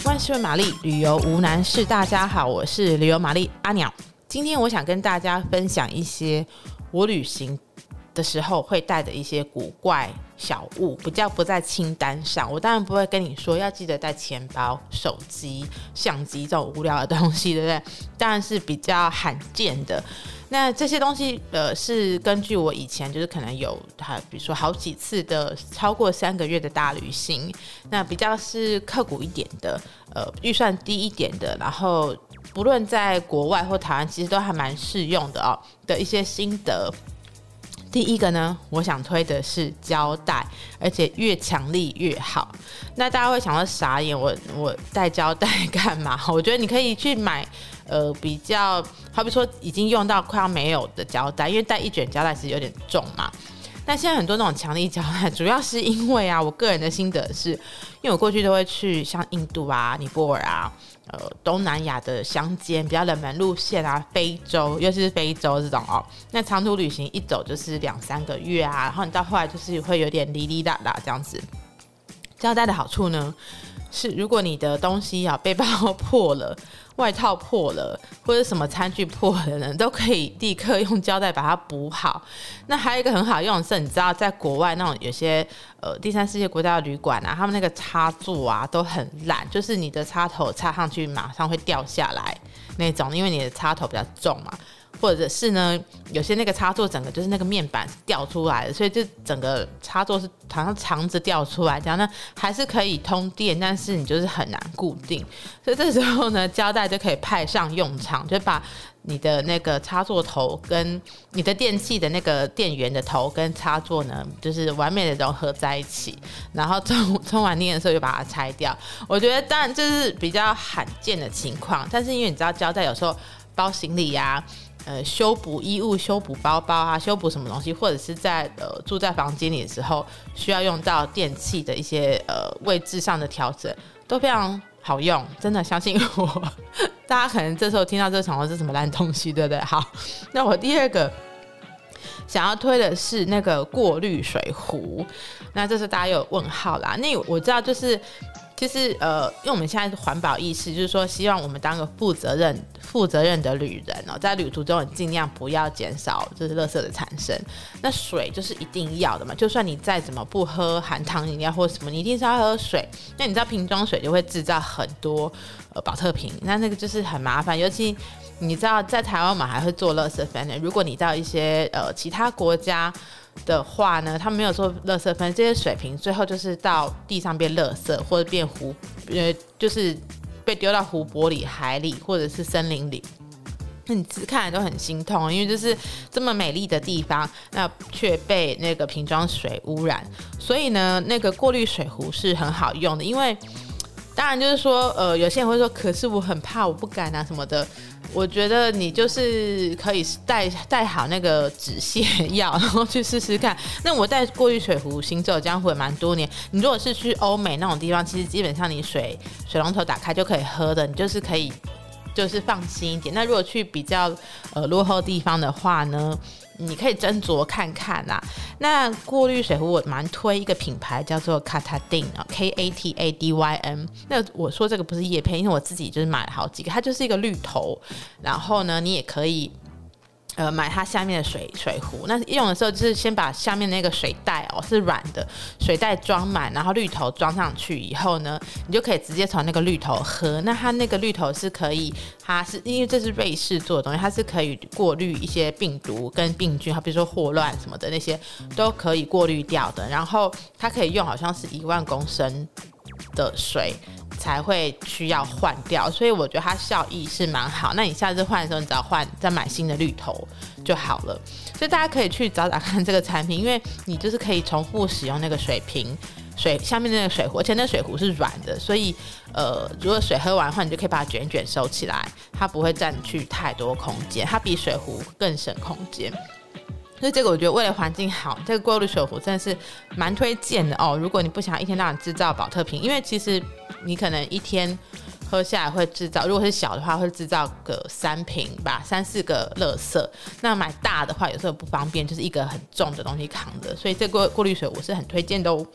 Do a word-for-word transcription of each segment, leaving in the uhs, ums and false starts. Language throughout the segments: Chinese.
万事问玛丽，旅游无难事。大家好，我是旅游玛丽阿鸟。今天我想跟大家分享一些我旅行的时候会带的一些古怪小物，比较不在清单上。我当然不会跟你说要记得带钱包、手机、相机这种无聊的东西，对不对？当然是比较罕见的。那这些东西呃是根据我以前就是可能有比如说好几次的超过三个月的大旅行，那比较是刻骨一点的，呃预算低一点的，然后不论在国外或台湾其实都还蛮适用的哦的一些心得。第一个呢，我想推的是胶带，而且越强力越好。那大家会想到傻眼，我我带胶带干嘛？我觉得你可以去买呃比较，好比说已经用到快要没有的胶带，因为带一卷胶带其实有点重嘛。那现在很多那种强力胶带，主要是因为啊，我个人的心得是，因为我过去都会去像印度啊、尼泊尔啊、呃东南亚的乡间比较冷门路线啊，非洲，尤其是非洲这种哦，那长途旅行一走就是两三个月啊，然后你到后来就是会有点哩哩啦啦这样子。胶带的好处呢，是如果你的东西啊背包破了、外套破了或者什么餐具破了呢，都可以立刻用胶带把它补好。那还有一个很好用的是，你知道在国外那种有些呃第三世界国家的旅馆啊，他们那个插座啊都很烂，就是你的插头插上去马上会掉下来那种，因为你的插头比较重嘛。或者是呢，有些那个插座整个就是那个面板掉出来的，所以就整个插座是好像肠子掉出来这样，那还是可以通电，但是你就是很难固定。所以这时候呢，胶带就可以派上用场，就把你的那个插座头跟你的电器的那个电源的头跟插座呢，就是完美的融合在一起，然后充充完电的时候就把它拆掉。我觉得当然这是比较罕见的情况，但是因为你知道胶带有时候包行李啊。呃，修补衣物、修补包包啊，修补什么东西，或者是在呃住在房间里的时候，需要用到电器的一些呃位置上的调整，都非常好用，真的相信我。大家可能这时候听到这个想说是什么烂东西，对不对？好，那我第二个想要推的是那个过滤水壶，那这是大家有问号啦。那我知道就是。其实呃，因为我们现在是环保意识，就是说希望我们当个负责任、负责任的旅人哦，在旅途中你尽量不要减少就是垃圾的产生。那水就是一定要的嘛，就算你再怎么不喝含糖饮料或什么，你一定是要喝水。那你知道瓶装水就会制造很多呃保特瓶，那那个就是很麻烦，尤其你知道在台湾我们还会做垃圾分类，如果你到一些呃其他国家。的话呢，他们没有做垃圾分，这些水瓶最后就是到地上变垃圾，或者变湖，呃，就是被丢到湖泊里、海里或者是森林里。那你只看来都很心痛，因为就是这么美丽的地方，那却被那个瓶装水污染。所以呢，那个过滤水壶是很好用的，因为当然就是说，呃，有些人会说，可是我很怕，我不敢啊什么的。我觉得你就是可以带带好那个止泻药，然后去试试看。那我带过滤水壶行走江湖也蛮多年。你如果是去欧美那种地方，其实基本上你水水龙头打开就可以喝的，你就是可以就是放心一点。那如果去比较呃落后地方的话呢？你可以斟酌看看啦。那过滤水壶我蛮推一个品牌叫做 Katadyn K A T A D Y N。那我说这个不是业配，因为我自己就是买了好几个，它就是一个滤头，然后呢你也可以呃，买它下面的水水壶，那用的时候就是先把下面那个水袋哦是软的水袋装满，然后滤头装上去以后呢，你就可以直接从那个滤头喝。那它那个滤头是可以，它是因为这是瑞士做的东西，它是可以过滤一些病毒跟病菌，比如说霍乱什么的那些都可以过滤掉的。然后它可以用好像是一万公升的水。才会需要换掉，所以我觉得它效益是蛮好。那你下次换的时候，你只要换再买新的滤头就好了。所以大家可以去找找看这个产品，因为你就是可以重复使用那个水瓶，水下面那个水壶，而且那水壶是软的，所以呃，如果水喝完的话，你就可以把它卷卷收起来，它不会占据太多空间，它比水壶更省空间。所以这个我觉得为了环境好，这个过滤水壶真的是蛮推荐的哦。如果你不想一天到晚制造保特瓶，因为其实你可能一天喝下来会制造，如果是小的话会制造个三瓶吧，三四个垃圾。那买大的话有时候不方便，就是一个很重的东西扛的，所以这个过滤水我是很推荐的哦。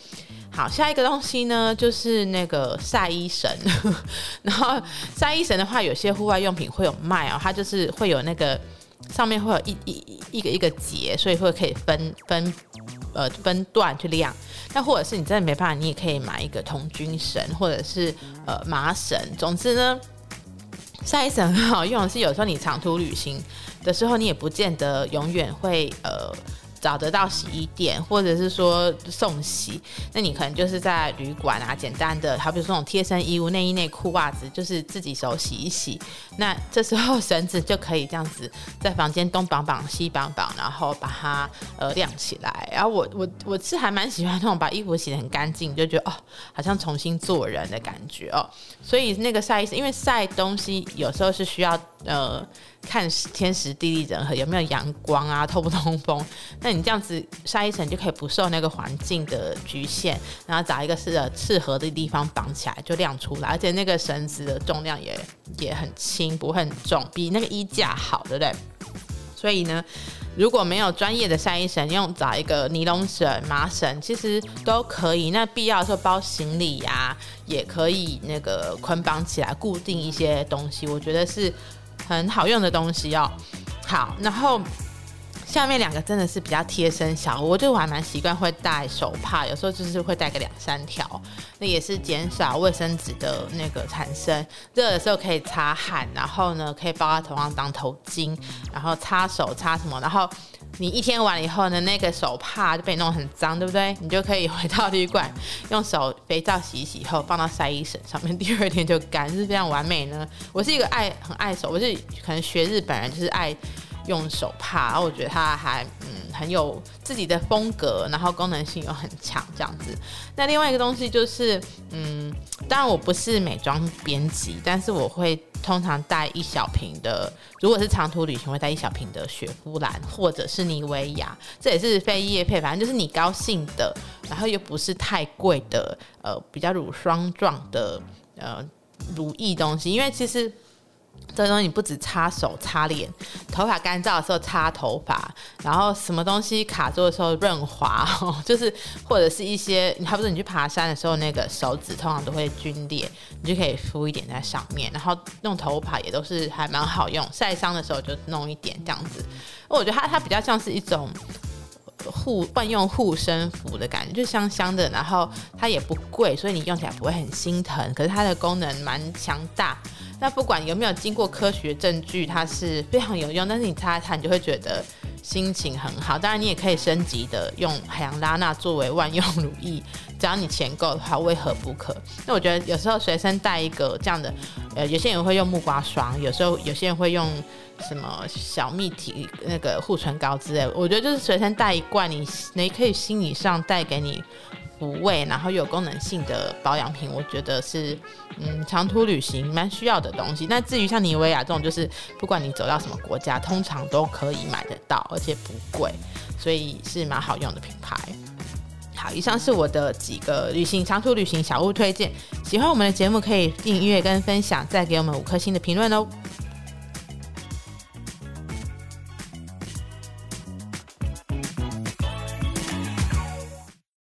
好，下一个东西呢，就是那个晒衣绳。然后晒衣绳的话，有些户外用品会有卖哦，它就是会有那个上面会有一一一个一个结，所以会可以分分呃分段去晾。那或者是你真的没办法，你也可以买一个童军绳，或者是呃麻绳。总之呢，晒衣绳很好用的是，有时候你长途旅行的时候，你也不见得永远会呃。找得到洗衣店，或者是说送洗，那你可能就是在旅馆啊，简单的，好比说那种贴身衣物、内衣、内裤、袜子，就是自己手洗一洗。那这时候绳子就可以这样子在房间东绑绑西绑绑，然后把它呃晾起来。然后我我我是还蛮喜欢那种把衣服洗得很干净，就觉得哦，好像重新做人的感觉哦。所以那个晒衣绳，因为晒东西有时候是需要呃。看天时地利人和，有没有阳光啊，透不通风。那你这样子晒衣绳就可以不受那个环境的局限，然后找一个适合适合的地方绑起来就晾出来，而且那个绳子的重量也也很轻，不会很重，比那个衣架好，对不对？所以呢，如果没有专业的晒衣绳，用找一个尼龙绳、麻绳，其实都可以。那必要的时候包行李呀、啊，也可以那个捆绑起来，固定一些东西。我觉得是很好用的东西哦。好，然后下面两个真的是比较贴身小物，我就我还蛮习惯会带手帕，有时候就是会带个两三条，那也是减少卫生纸的那个产生。热的时候可以擦汗，然后呢可以包在头上当头巾，然后擦手擦什么，然后你一天完了以后呢，那个手帕就被你弄很脏，对不对？你就可以回到旅馆，用手肥皂洗一洗以后，放到晒衣绳上面，第二天就干，是非常完美呢。我是一个爱很爱手，我是可能学日本人就是爱用手帕，然后我觉得它还嗯很有自己的风格，然后功能性又很强这样子。那另外一个东西就是嗯，当然我不是美妆编辑，但是我会通常带一小瓶的，如果是长途旅行会带一小瓶的雪肤兰或者是妮维雅，这也是非业配，反正就是你高兴的，然后又不是太贵的，呃，比较乳霜状的呃乳液东西，因为其实这东西你不止擦手擦脸，头发干燥的时候擦头发，然后什么东西卡住的时候润滑、哦、就是或者是一些你差不多你去爬山的时候，那个手指通常都会皲裂，你就可以敷一点在上面，然后弄头发也都是还蛮好用，晒伤的时候就弄一点这样子。我觉得它它比较像是一种护万用护身符的感觉，就香香的，然后它也不贵，所以你用起来不会很心疼，可是它的功能蛮强大。那不管有没有经过科学证据，它是非常有用，但是你擦一擦你就会觉得心情很好。当然你也可以升级的用海洋拉娜作为万用乳液，只要你钱够的话，为何不可？那我觉得有时候随身带一个这样的，呃，有些人会用木瓜霜，有时候有些人会用什么小蜜体那个护唇膏之类的，我觉得就是随身带一罐，你你可以心理上带给你抚慰，然后又有功能性的保养品，我觉得是嗯长途旅行蛮需要的东西。那至于像妮维雅这种，就是不管你走到什么国家，通常都可以买得到，而且不贵，所以是蛮好用的品牌。好，以上是我的几个旅行长途旅行小物推荐。喜欢我们的节目可以订阅跟分享，再给我们五颗星的评论哦。